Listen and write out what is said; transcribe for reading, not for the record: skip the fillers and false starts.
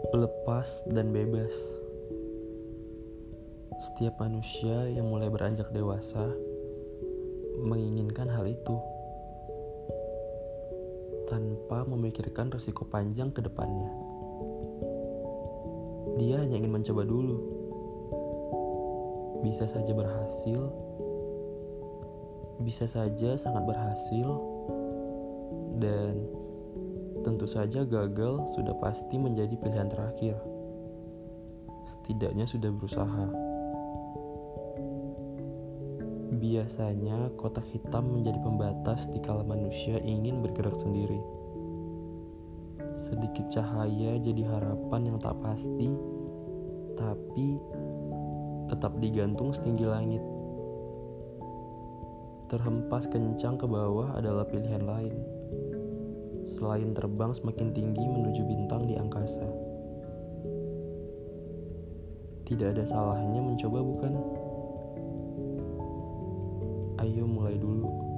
lepas dan bebas. Setiap manusia yang mulai beranjak dewasa menginginkan hal itu tanpa memikirkan resiko panjang ke depannya. Dia hanya ingin mencoba dulu. Bisa saja berhasil, bisa saja sangat berhasil, dan tentu saja gagal sudah pasti menjadi pilihan terakhir. Setidaknya sudah berusaha. Biasanya kotak hitam menjadi pembatas dikala manusia ingin bergerak sendiri. Sedikit cahaya jadi harapan yang tak pasti, tapi tetap digantung setinggi langit. Terhempas kencang ke bawah adalah pilihan lain, selain terbang semakin tinggi menuju bintang di angkasa. Tidak ada salahnya mencoba, bukan? Ayo mulai dulu.